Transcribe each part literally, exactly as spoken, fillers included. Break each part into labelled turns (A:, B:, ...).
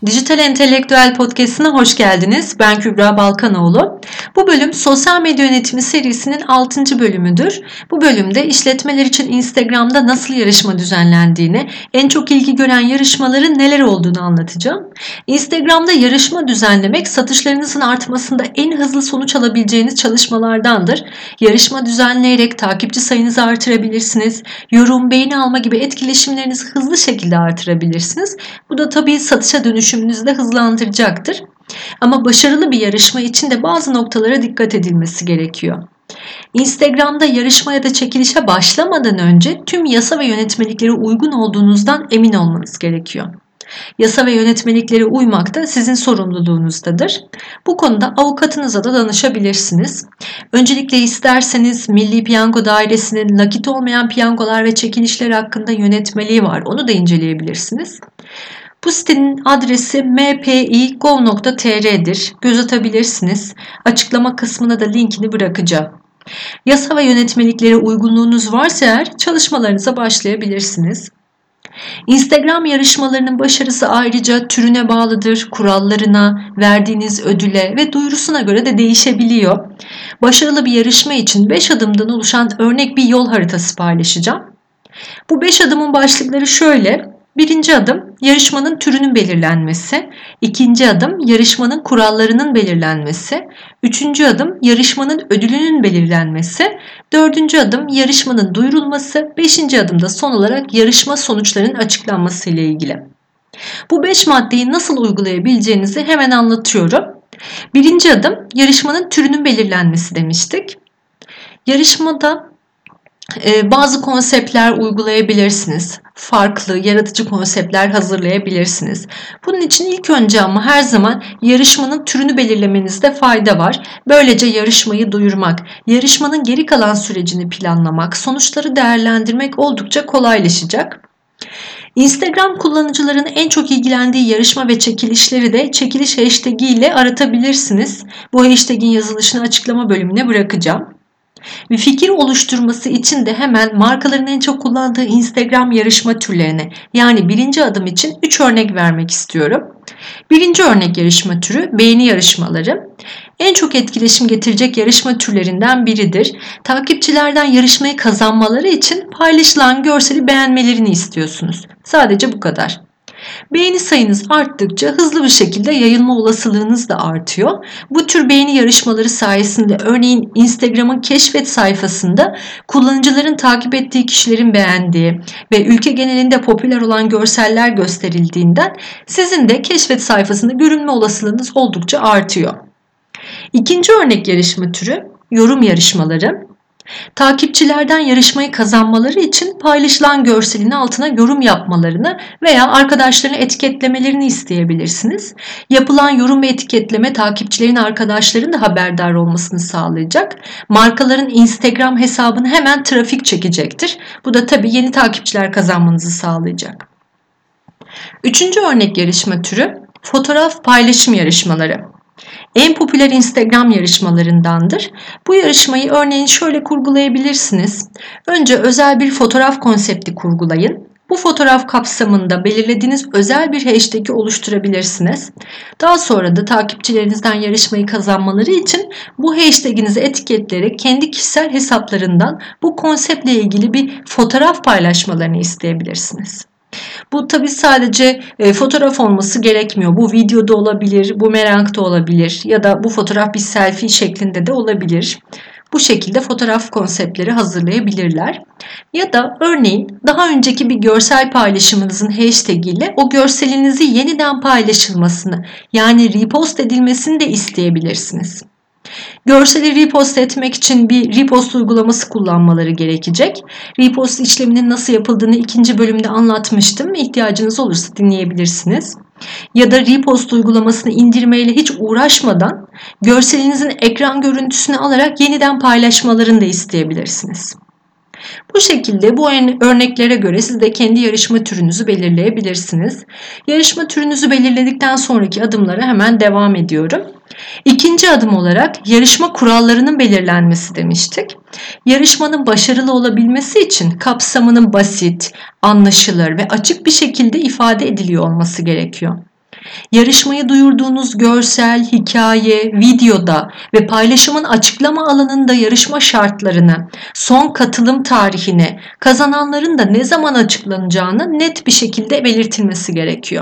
A: Dijital Entelektüel Podcast'ına hoş geldiniz. Ben Kübra Balkanoğlu. Bu bölüm Sosyal Medya Yönetimi serisinin altıncı bölümüdür. Bu bölümde işletmeler için Instagram'da nasıl yarışma düzenlendiğini, en çok ilgi gören yarışmaların neler olduğunu anlatacağım. Instagram'da yarışma düzenlemek satışlarınızın artmasında en hızlı sonuç alabileceğiniz çalışmalardandır. Yarışma düzenleyerek takipçi sayınızı artırabilirsiniz. Yorum, beğeni alma gibi etkileşimlerinizi hızlı şekilde artırabilirsiniz. Bu da tabii satışa dönüşümünüzü de hızlandıracaktır. Ama başarılı bir yarışma için de bazı noktalara dikkat edilmesi gerekiyor. Instagram'da yarışma ya da çekilişe başlamadan önce tüm yasa ve yönetmeliklere uygun olduğunuzdan emin olmanız gerekiyor. Yasa ve yönetmeliklere uymak da sizin sorumluluğunuzdadır. Bu konuda avukatınıza da danışabilirsiniz. Öncelikle isterseniz Milli Piyango Dairesi'nin nakit olmayan piyangolar ve çekilişler hakkında yönetmeliği var. Onu da inceleyebilirsiniz. Bu sitenin adresi m p i nokta gov nokta t r'dir. Göz atabilirsiniz. Açıklama kısmına da linkini bırakacağım. Yasa ve yönetmeliklere uygunluğunuz varsa eğer çalışmalarınıza başlayabilirsiniz. Instagram yarışmalarının başarısı ayrıca türüne bağlıdır, kurallarına, verdiğiniz ödüle ve duyurusuna göre de değişebiliyor. Başarılı bir yarışma için beş adımdan oluşan örnek bir yol haritası paylaşacağım. Bu beş adımın başlıkları şöyle. Birinci adım yarışmanın türünün belirlenmesi. İkinci adım yarışmanın kurallarının belirlenmesi. Üçüncü adım yarışmanın ödülünün belirlenmesi. Dördüncü adım yarışmanın duyurulması. Beşinci adımda son olarak yarışma sonuçlarının açıklanması ile ilgili. Bu beş maddeyi nasıl uygulayabileceğinizi hemen anlatıyorum. Birinci adım yarışmanın türünün belirlenmesi demiştik. Yarışmada e, bazı konseptler uygulayabilirsiniz. Farklı, yaratıcı konseptler hazırlayabilirsiniz. Bunun için ilk önce ama her zaman yarışmanın türünü belirlemenizde fayda var. Böylece yarışmayı duyurmak, yarışmanın geri kalan sürecini planlamak, sonuçları değerlendirmek oldukça kolaylaşacak. Instagram kullanıcılarının en çok ilgilendiği yarışma ve çekilişleri de çekiliş hashtag ile aratabilirsiniz. Bu hashtag'in yazılışını açıklama bölümüne bırakacağım. Bir fikir oluşturması için de hemen markaların en çok kullandığı Instagram yarışma türlerine, yani birinci adım için üç örnek vermek istiyorum. Birinci örnek yarışma türü beğeni yarışmaları. En çok etkileşim getirecek yarışma türlerinden biridir. Takipçilerden yarışmayı kazanmaları için paylaşılan görseli beğenmelerini istiyorsunuz. Sadece bu kadar. Beğeni sayınız arttıkça hızlı bir şekilde yayılma olasılığınız da artıyor. Bu tür beğeni yarışmaları sayesinde örneğin Instagram'ın keşfet sayfasında kullanıcıların takip ettiği kişilerin beğendiği ve ülke genelinde popüler olan görseller gösterildiğinden sizin de keşfet sayfasında görünme olasılığınız oldukça artıyor. İkinci örnek yarışma türü yorum yarışmaları. Takipçilerden yarışmayı kazanmaları için paylaşılan görselin altına yorum yapmalarını veya arkadaşlarını etiketlemelerini isteyebilirsiniz. Yapılan yorum ve etiketleme takipçilerin arkadaşlarının da haberdar olmasını sağlayacak. Markaların Instagram hesabını hemen trafik çekecektir. Bu da tabii yeni takipçiler kazanmanızı sağlayacak. Üçüncü örnek yarışma türü fotoğraf paylaşım yarışmaları. En popüler Instagram yarışmalarındandır. Bu yarışmayı örneğin şöyle kurgulayabilirsiniz. Önce özel bir fotoğraf konsepti kurgulayın. Bu fotoğraf kapsamında belirlediğiniz özel bir hashtag'i oluşturabilirsiniz. Daha sonra da takipçilerinizden yarışmayı kazanmaları için bu hashtag'inizi etiketleyerek kendi kişisel hesaplarından bu konseptle ilgili bir fotoğraf paylaşmalarını isteyebilirsiniz. Bu tabii sadece e, fotoğraf olması gerekmiyor. Bu videoda olabilir, bu merakta olabilir ya da bu fotoğraf bir selfie şeklinde de olabilir. Bu şekilde fotoğraf konseptleri hazırlayabilirler. Ya da örneğin daha önceki bir görsel paylaşımınızın hashtag ile o görselinizi yeniden paylaşılmasını, yani repost edilmesini de isteyebilirsiniz. Görseli repost etmek için bir repost uygulaması kullanmaları gerekecek. Repost işleminin nasıl yapıldığını ikinci bölümde anlatmıştım. İhtiyacınız olursa dinleyebilirsiniz. Ya da repost uygulamasını indirmeyle hiç uğraşmadan görselinizin ekran görüntüsünü alarak yeniden paylaşmalarını da isteyebilirsiniz. Bu şekilde bu örneklere göre siz de kendi yarışma türünüzü belirleyebilirsiniz. Yarışma türünüzü belirledikten sonraki adımlara hemen devam ediyorum. İkinci adım olarak yarışma kurallarının belirlenmesi demiştik. Yarışmanın başarılı olabilmesi için kapsamının basit, anlaşılır ve açık bir şekilde ifade ediliyor olması gerekiyor. Yarışmayı duyurduğunuz görsel, hikaye, videoda ve paylaşımın açıklama alanında yarışma şartlarını, son katılım tarihini, kazananların da ne zaman açıklanacağını net bir şekilde belirtilmesi gerekiyor.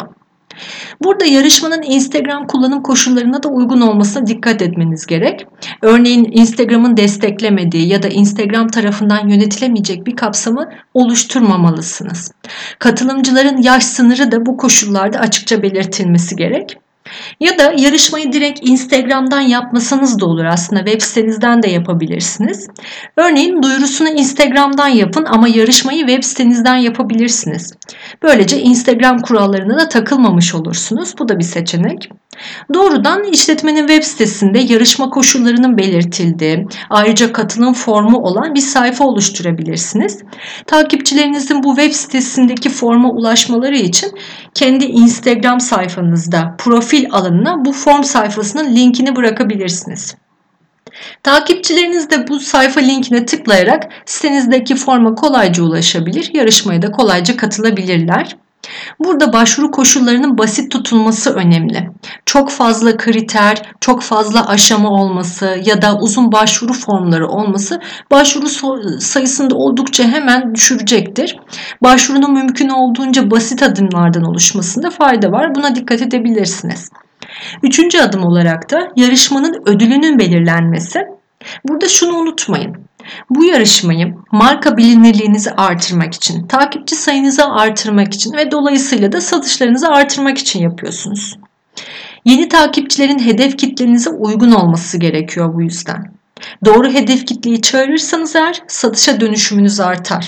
A: Burada yarışmanın Instagram kullanım koşullarına da uygun olmasına dikkat etmeniz gerek. Örneğin Instagram'ın desteklemediği ya da Instagram tarafından yönetilemeyecek bir kapsamı oluşturmamalısınız. Katılımcıların yaş sınırı da bu koşullarda açıkça belirtilmesi gerek. Ya da yarışmayı direkt Instagram'dan yapmasanız da olur, aslında web sitenizden de yapabilirsiniz. Örneğin duyurusunu Instagram'dan yapın ama yarışmayı web sitenizden yapabilirsiniz. Böylece Instagram kurallarına da takılmamış olursunuz. Bu da bir seçenek. Doğrudan işletmenin web sitesinde yarışma koşullarının belirtildiği, ayrıca katılım formu olan bir sayfa oluşturabilirsiniz. Takipçilerinizin bu web sitesindeki forma ulaşmaları için kendi Instagram sayfanızda profil alanına bu form sayfasının linkini bırakabilirsiniz. Takipçileriniz de bu sayfa linkine tıklayarak sitenizdeki forma kolayca ulaşabilir, yarışmaya da kolayca katılabilirler. Burada başvuru koşullarının basit tutulması önemli. Çok fazla kriter, çok fazla aşama olması ya da uzun başvuru formları olması başvuru sayısını da oldukça hemen düşürecektir. Başvurunun mümkün olduğunca basit adımlardan oluşmasında fayda var. Buna dikkat edebilirsiniz. Üçüncü adım olarak da yarışmanın ödülünün belirlenmesi. Burada şunu unutmayın. Bu yarışmayı marka bilinirliğinizi artırmak için, takipçi sayınızı artırmak için ve dolayısıyla da satışlarınızı artırmak için yapıyorsunuz. Yeni takipçilerin hedef kitlenize uygun olması gerekiyor bu yüzden. Doğru hedef kitleyi çağırırsanız eğer satışa dönüşümünüz artar.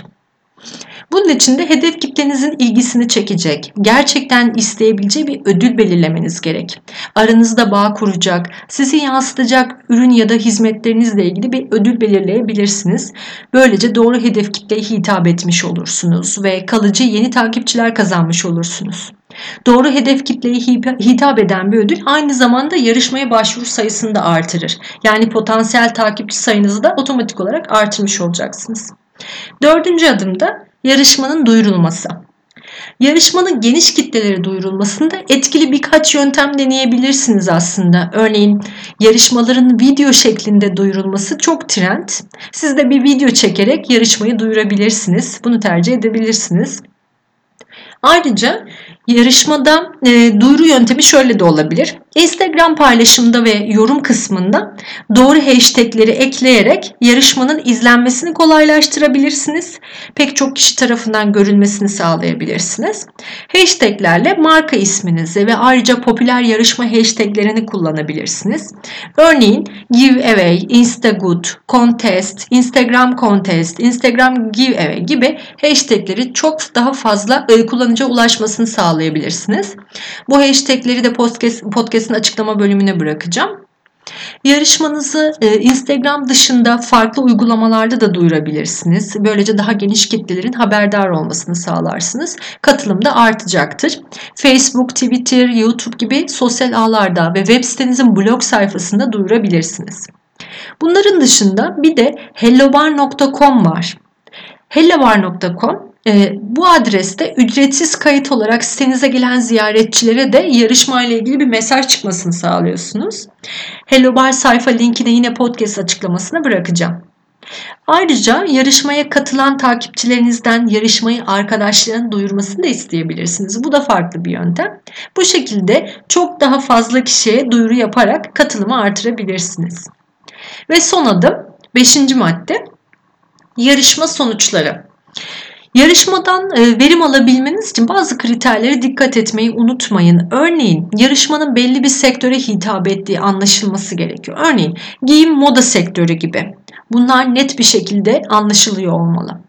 A: Bunun için de hedef kitlenizin ilgisini çekecek, gerçekten isteyebileceği bir ödül belirlemeniz gerek. Aranızda bağ kuracak, sizi yansıtacak ürün ya da hizmetlerinizle ilgili bir ödül belirleyebilirsiniz. Böylece doğru hedef kitleye hitap etmiş olursunuz ve kalıcı yeni takipçiler kazanmış olursunuz. Doğru hedef kitleye hitap eden bir ödül aynı zamanda yarışmaya başvuru sayısını da artırır. Yani potansiyel takipçi sayınızı da otomatik olarak artırmış olacaksınız. Dördüncü adımda yarışmanın duyurulması. Yarışmanın geniş kitlelere duyurulmasında etkili birkaç yöntem deneyebilirsiniz aslında. Örneğin yarışmaların video şeklinde duyurulması çok trend. Siz de bir video çekerek yarışmayı duyurabilirsiniz. Bunu tercih edebilirsiniz. Ayrıca yarışmada e, duyuru yöntemi şöyle de olabilir. Instagram paylaşımda ve yorum kısmında doğru hashtagleri ekleyerek yarışmanın izlenmesini kolaylaştırabilirsiniz. Pek çok kişi tarafından görülmesini sağlayabilirsiniz. Hashtaglerle marka isminizi ve ayrıca popüler yarışma hashtaglerini kullanabilirsiniz. Örneğin giveaway, instagood, contest, instagram contest, instagram giveaway gibi hashtagleri çok daha fazla e, kullanıcıya ulaşmasını sağlayabilirsiniz. Bu hashtagleri de podcast, podcast'ın açıklama bölümüne bırakacağım. Yarışmanızı e, Instagram dışında farklı uygulamalarda da duyurabilirsiniz. Böylece daha geniş kitlelerin haberdar olmasını sağlarsınız. Katılım da artacaktır. Facebook, Twitter, YouTube gibi sosyal ağlarda ve web sitenizin blog sayfasında duyurabilirsiniz. Bunların dışında bir de hellobar nokta com var. hellobar nokta com E, bu adreste ücretsiz kayıt olarak sitenize gelen ziyaretçilere de yarışma ile ilgili bir mesaj çıkmasını sağlıyorsunuz. Hellobar sayfa linkini yine podcast açıklamasına bırakacağım. Ayrıca yarışmaya katılan takipçilerinizden yarışmayı arkadaşlarının duyurmasını da isteyebilirsiniz. Bu da farklı bir yöntem. Bu şekilde çok daha fazla kişiye duyuru yaparak katılımı artırabilirsiniz. Ve son adım, beşinci madde, yarışma sonuçları. Yarışmadan verim alabilmeniz için bazı kriterlere dikkat etmeyi unutmayın. Örneğin yarışmanın belli bir sektöre hitap ettiği anlaşılması gerekiyor. Örneğin giyim moda sektörü gibi. Bunlar net bir şekilde anlaşılıyor olmalı.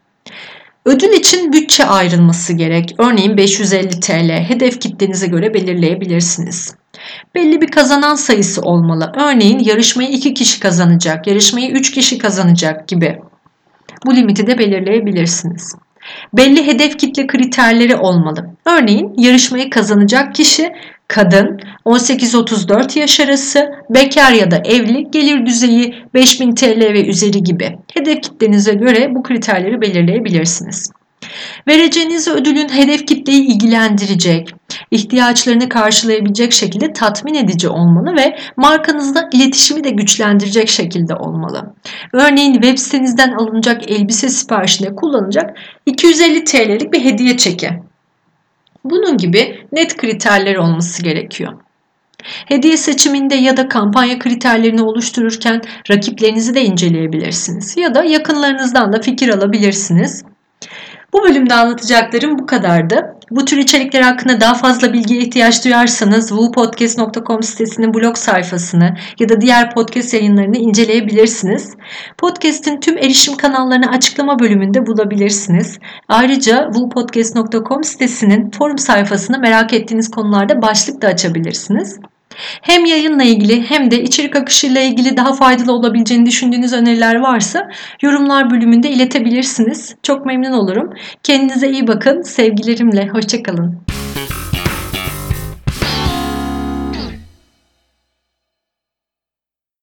A: Ödül için bütçe ayrılması gerek. Örneğin beş yüz elli TL hedef kitlenize göre belirleyebilirsiniz. Belli bir kazanan sayısı olmalı. Örneğin yarışmayı iki kişi kazanacak, yarışmayı üç kişi kazanacak gibi. Bu limiti de belirleyebilirsiniz. Belli hedef kitle kriterleri olmalı. Örneğin yarışmayı kazanacak kişi kadın, on sekiz otuz dört yaş arası, bekar ya da evli, gelir düzeyi beş bin TL ve üzeri gibi. Hedef kitlenize göre bu kriterleri belirleyebilirsiniz. Vereceğiniz ödülün hedef kitleyi ilgilendirecek, ihtiyaçlarını karşılayabilecek şekilde tatmin edici olmalı ve markanızla iletişimi de güçlendirecek şekilde olmalı. Örneğin web sitenizden alınacak elbise siparişinde kullanılacak iki yüz elli T L'lik bir hediye çeki. Bunun gibi net kriterler olması gerekiyor. Hediye seçiminde ya da kampanya kriterlerini oluştururken rakiplerinizi de inceleyebilirsiniz ya da yakınlarınızdan da fikir alabilirsiniz. Bu bölümde anlatacaklarım bu kadardı. Bu tür içerikler hakkında daha fazla bilgiye ihtiyaç duyarsanız woo podcast nokta com sitesinin blog sayfasını ya da diğer podcast yayınlarını inceleyebilirsiniz. Podcast'in tüm erişim kanallarını açıklama bölümünde bulabilirsiniz. Ayrıca woo podcast nokta com sitesinin forum sayfasını merak ettiğiniz konularda başlık da açabilirsiniz. Hem yayınla ilgili hem de içerik akışıyla ilgili daha faydalı olabileceğini düşündüğünüz öneriler varsa yorumlar bölümünde iletebilirsiniz. Çok memnun olurum. Kendinize iyi bakın. Sevgilerimle. Hoşça kalın.